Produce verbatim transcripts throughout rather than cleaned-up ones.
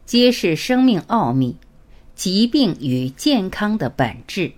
揭示生命奥秘，疾病与健康的本质。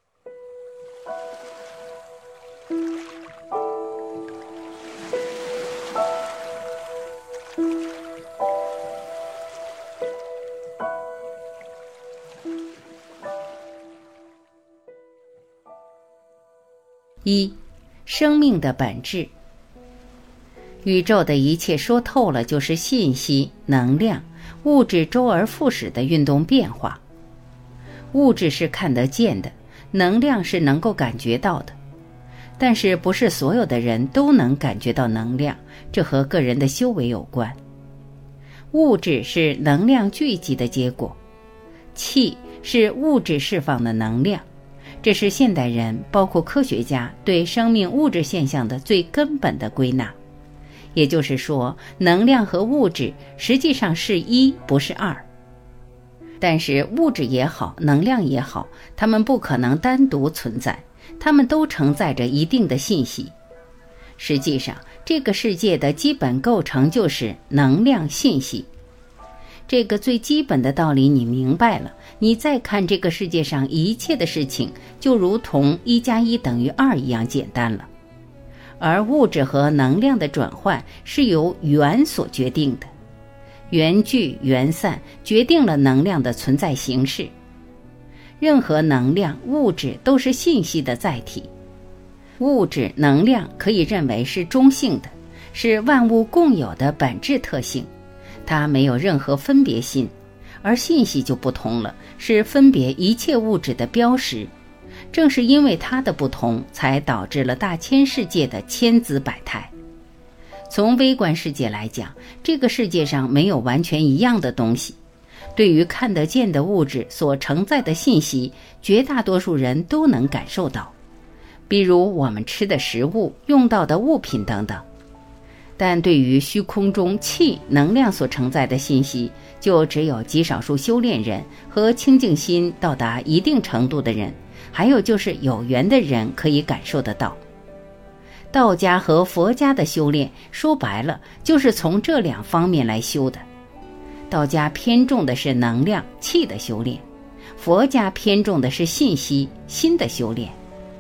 一、生命的本质。宇宙的一切说透了，就是信息、能量、物质周而复始的运动变化。物质是看得见的，能量是能够感觉到的。但是不是所有的人都能感觉到能量，这和个人的修为有关。物质是能量聚集的结果，气是物质释放的能量。这是现代人，包括科学家，对生命物质现象的最根本的归纳。也就是说，能量和物质实际上是一，不是二。但是物质也好，能量也好，它们不可能单独存在，它们都承载着一定的信息。实际上，这个世界的基本构成就是能量信息。这个最基本的道理你明白了，你再看这个世界上一切的事情，就如同一加一等于二一样简单了。而物质和能量的转换是由源所决定的，源聚源散决定了能量的存在形式。任何能量、物质都是信息的载体。物质、能量可以认为是中性的，是万物共有的本质特性，它没有任何分别心。而信息就不同了，是分别一切物质的标识。正是因为它的不同，才导致了大千世界的千姿百态。从微观世界来讲，这个世界上没有完全一样的东西。对于看得见的物质所承载的信息，绝大多数人都能感受到，比如我们吃的食物、用到的物品等等。但对于虚空中气能量所承载的信息，就只有极少数修炼人和清净心到达一定程度的人，还有就是有缘的人可以感受得到。道家和佛家的修炼，说白了就是从这两方面来修的。道家偏重的是能量气的修炼，佛家偏重的是信息心的修炼。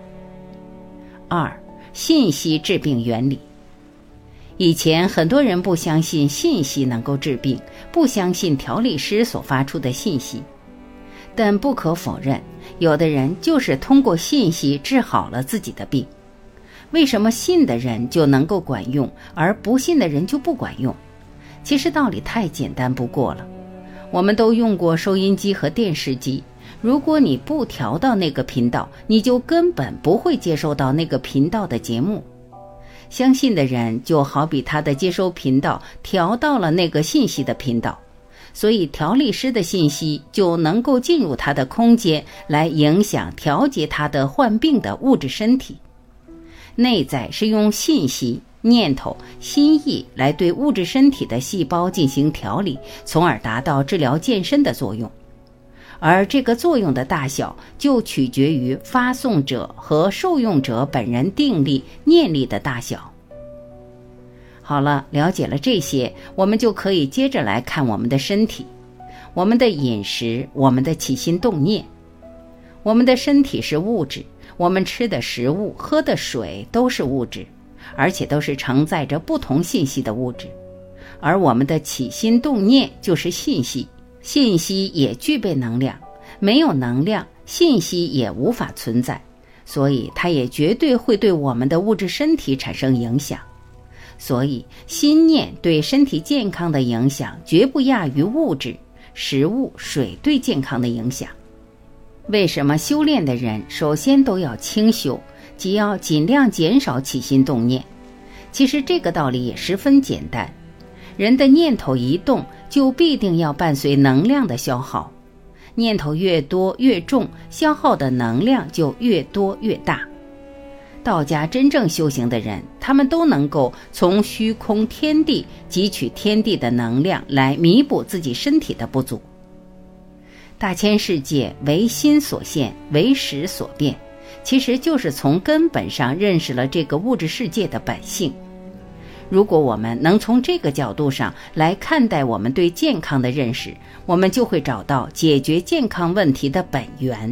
二、信息治病原理。以前很多人不相信信息能够治病，不相信调理师所发出的信息。但不可否认，有的人就是通过信息治好了自己的病。为什么信的人就能够管用，而不信的人就不管用？其实道理太简单不过了。我们都用过收音机和电视机，如果你不调到那个频道，你就根本不会接收到那个频道的节目。相信的人就好比他的接收频道调到了那个信息的频道，所以调理师的信息就能够进入他的空间，来影响调节他的患病的物质身体。内在是用信息、念头、心意来对物质身体的细胞进行调理，从而达到治疗健身的作用。而这个作用的大小就取决于发送者和受用者本人定力、念力的大小。好了，了解了这些，我们就可以接着来看我们的身体，我们的饮食，我们的起心动念。我们的身体是物质，我们吃的食物、喝的水都是物质，而且都是承载着不同信息的物质。而我们的起心动念就是信息，信息也具备能量，没有能量，信息也无法存在，所以它也绝对会对我们的物质身体产生影响。所以心念对身体健康的影响绝不亚于物质、食物、水对健康的影响。为什么修炼的人首先都要清修，即要尽量减少起心动念？其实这个道理也十分简单，人的念头一动，就必定要伴随能量的消耗，念头越多越重，消耗的能量就越多越大。道家真正修行的人，他们都能够从虚空天地汲取天地的能量，来弥补自己身体的不足。大千世界为心所现，为识所变，其实就是从根本上认识了这个物质世界的本性。 如果我们能从这个角度上来看待我们对健康的认识，我们就会找到解决健康问题的本源。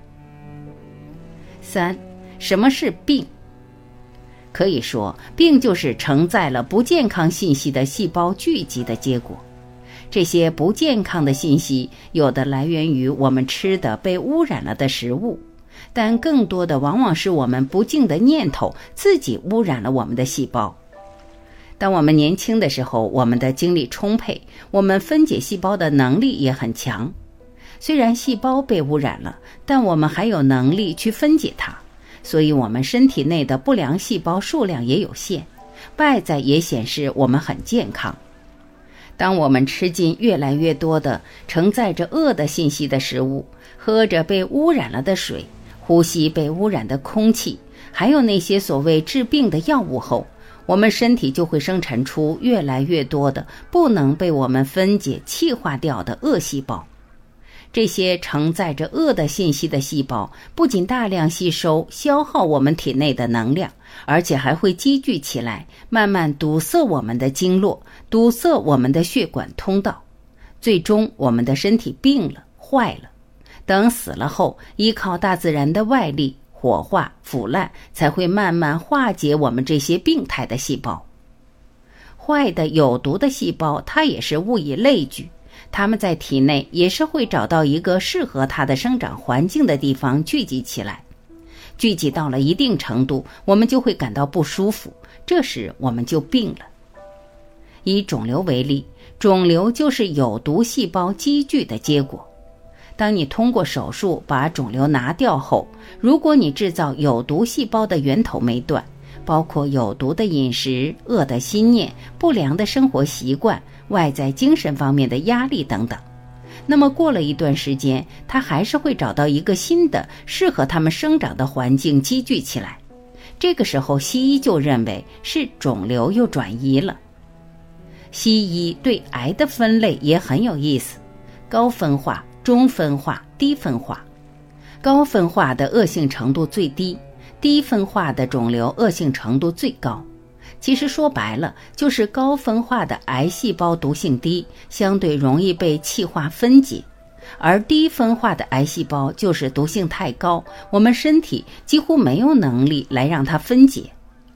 三，什么是病？可以说，病就是承载了不健康信息的细胞聚集的结果。这些不健康的信息，有的来源于我们吃的被污染了的食物，但更多的往往是我们不净的念头自己污染了我们的细胞。当我们年轻的时候，我们的精力充沛，我们分解细胞的能力也很强。虽然细胞被污染了，但我们还有能力去分解它，所以我们身体内的不良细胞数量也有限，外在也显示我们很健康。当我们吃进越来越多的承载着恶的信息的食物，喝着被污染了的水，呼吸被污染的空气，还有那些所谓治病的药物后，我们身体就会生产出越来越多的不能被我们分解气化掉的恶细胞。这些承载着恶的信息的细胞不仅大量吸收消耗我们体内的能量，而且还会积聚起来，慢慢堵塞我们的经络，堵塞我们的血管通道，最终我们的身体病了，坏了。等死了后，依靠大自然的外力火化腐烂，才会慢慢化解我们这些病态的细胞。坏的有毒的细胞，它也是物以类聚，它们在体内也是会找到一个适合它的生长环境的地方聚集起来。聚集到了一定程度，我们就会感到不舒服，这时我们就病了。以肿瘤为例，肿瘤就是有毒细胞积聚的结果。当你通过手术把肿瘤拿掉后，如果你制造有毒细胞的源头没断，包括有毒的饮食、恶的心念、不良的生活习惯、外在精神方面的压力等等，那么过了一段时间，它还是会找到一个新的适合它们生长的环境积聚起来。这个时候西医就认为是肿瘤又转移了。西医对癌的分类也很有意思，高分化、中分化、低分化。高分化的恶性程度最低，低分化的肿瘤恶性程度最高。其实说白了，就是高分化的癌细胞毒性低，相对容易被气化分解，而低分化的癌细胞就是毒性太高，我们身体几乎没有能力来让它分解。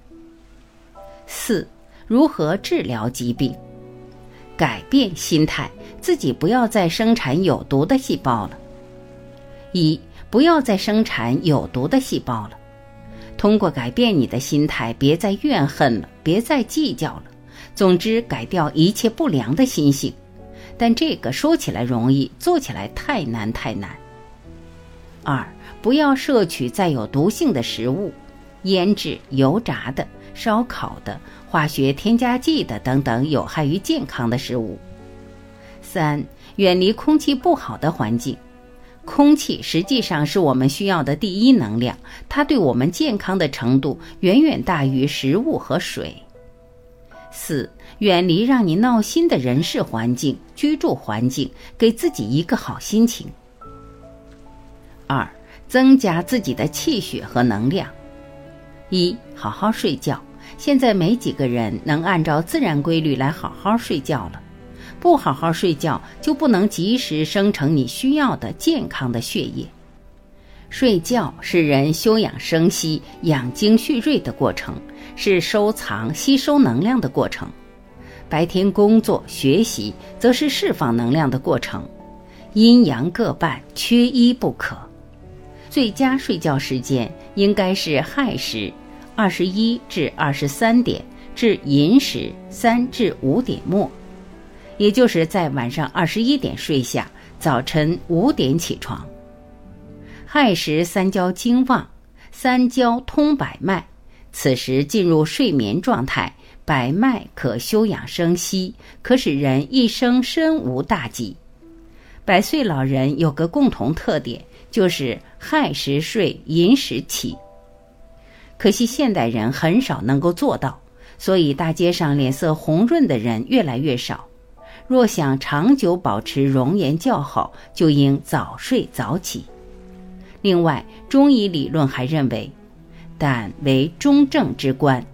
四、如何治疗疾病？改变心态，自己不要再生产有毒的细胞了。一、不要再生产有毒的细胞了。通过改变你的心态，别再怨恨了，别再计较了，总之改掉一切不良的心性。但这个说起来容易，做起来太难太难。二、不要摄取再有毒性的食物，腌制、油炸的、烧烤的、化学添加剂的等等有害于健康的食物。三、远离空气不好的环境。空气实际上是我们需要的第一能量，它对我们健康的程度远远大于食物和水。四、远离让你闹心的人事环境、居住环境，给自己一个好心情。二、增加自己的气血和能量。一、好好睡觉。现在没几个人能按照自然规律来好好睡觉了。不好好睡觉，就不能及时生成你需要的健康的血液。睡觉是人休养生息、养精蓄锐的过程，是收藏、吸收能量的过程。白天工作、学习，则是释放能量的过程。阴阳各半，缺一不可。最佳睡觉时间应该是亥时二十一至二十三点至寅时三至五点末。也就是在晚上二十一点睡下，早晨五点起床。亥时三焦经旺，三焦通百脉，此时进入睡眠状态，百脉可休养生息，可使人一生身无大疾。百岁老人有个共同特点，就是亥时睡，寅时起。可惜现代人很少能够做到，所以大街上脸色红润的人越来越少。若想长久保持容颜较好，就应早睡早起。另外，中医理论还认为，胆为中正之官，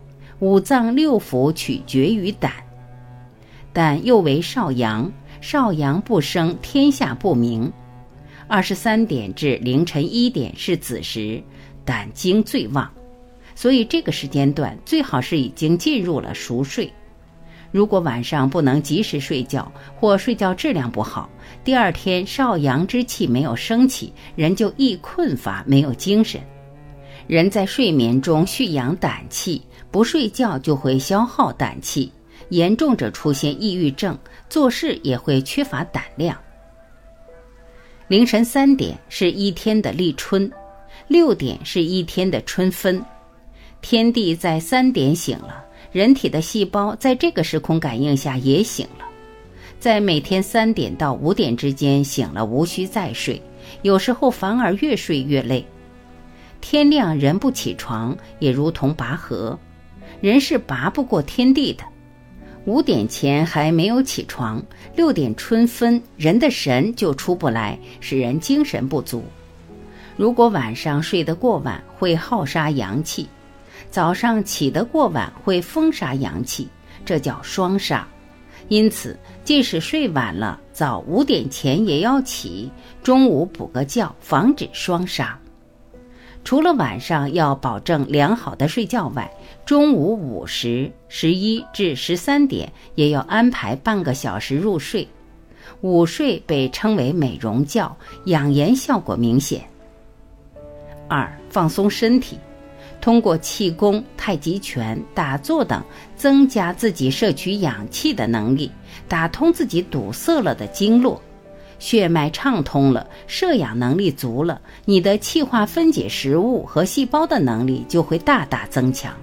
五脏六腑取决于胆。胆又为少阳，少阳不生，天下不明。二十三点至凌晨一点是子时，胆经最旺，所以这个时间段最好是已经进入了熟睡。如果晚上不能及时睡觉，或睡觉质量不好，第二天少阳之气没有升起，人就易困乏，没有精神。人在睡眠中蓄养胆气，不睡觉就会消耗胆气，严重者出现抑郁症，做事也会缺乏胆量。凌晨三点是一天的立春，六点是一天的春分。天地在三点醒了，人体的细胞在这个时空感应下也醒了。在每天三点到五点之间醒了，无需再睡，有时候反而越睡越累。天亮人不起床，也如同拔河，人是拔不过天地的。五点前还没有起床，六点春分，人的神就出不来，使人精神不足。如果晚上睡得过晚，会耗杀阳气；早上起得过晚，会封杀阳气，这叫双杀。因此，即使睡晚了，早五点前也要起，中午补个觉，防止双杀。除了晚上要保证良好的睡觉外，中午午时十一至十三点也要安排半个小时入睡。午睡被称为美容觉，养颜效果明显。二、放松身体，通过气功、太极拳、打坐等增加自己摄取氧气的能力，打通自己堵塞了的经络。血脉畅通了，摄氧能力足了，你的气化分解食物和细胞的能力就会大大增强。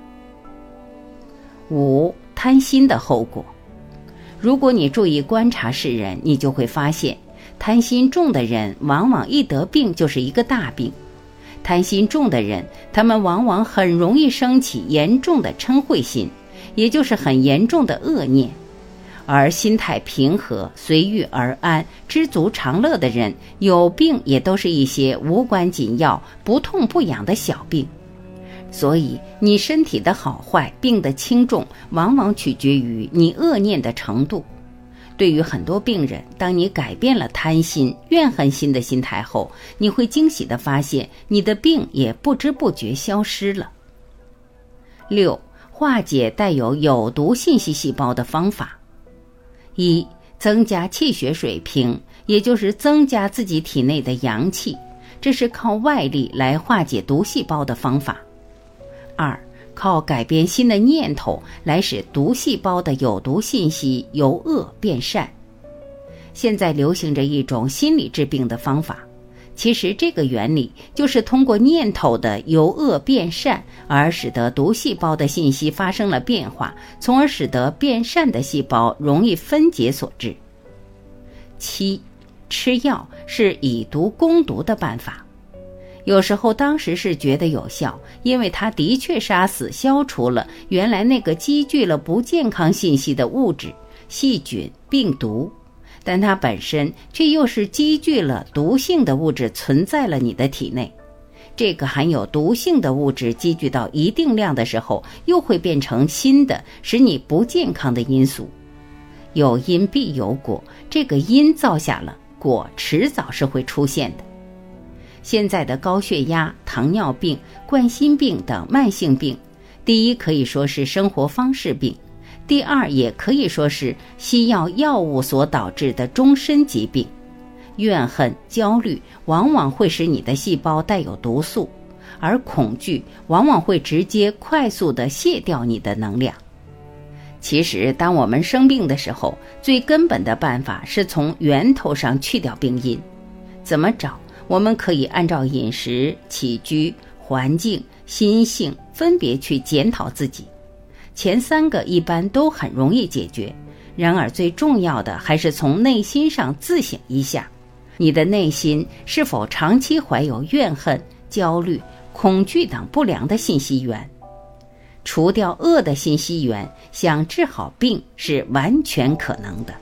五、贪心的后果。如果你注意观察世人，你就会发现，贪心重的人往往一得病就是一个大病。贪心重的人，他们往往很容易升起严重的嗔恚心，也就是很严重的恶念。而心态平和、随遇而安、知足常乐的人，有病也都是一些无关紧要、不痛不痒的小病。所以，你身体的好坏、病的轻重，往往取决于你恶念的程度。对于很多病人，当你改变了贪心、怨恨心的心态后，你会惊喜地发现，你的病也不知不觉消失了。六、化解带有有毒信息细胞的方法。一、增加气血水平，也就是增加自己体内的阳气，这是靠外力来化解毒细胞的方法。二、靠改变新的念头来使毒细胞的有毒信息由恶变善。现在流行着一种心理治病的方法，其实这个原理就是通过念头的由恶变善，而使得毒细胞的信息发生了变化，从而使得变善的细胞容易分解所致。七、吃药是以毒攻毒的办法。有时候当时是觉得有效，因为它的确杀死、消除了原来那个积聚了不健康信息的物质、细菌、病毒，但它本身却又是积聚了毒性的物质存在了你的体内。这个含有毒性的物质积聚到一定量的时候，又会变成新的使你不健康的因素。有因必有果，这个因造下了，果迟早是会出现的。现在的高血压、糖尿病、冠心病等慢性病，第一可以说是生活方式病，第二也可以说是西药药物所导致的终身疾病。怨恨、焦虑往往会使你的细胞带有毒素，而恐惧往往会直接快速地卸掉你的能量。其实当我们生病的时候，最根本的办法是从源头上去掉病因。怎么找？我们可以按照饮食、起居、环境、心性分别去检讨自己。前三个一般都很容易解决，然而最重要的还是从内心上自省一下，你的内心是否长期怀有怨恨、焦虑、恐惧等不良的信息源。除掉恶的信息源，想治好病是完全可能的。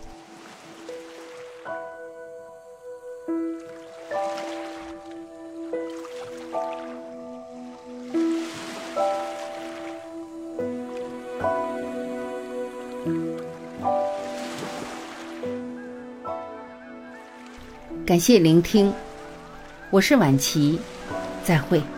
感谢聆听，我是婉琪，再会。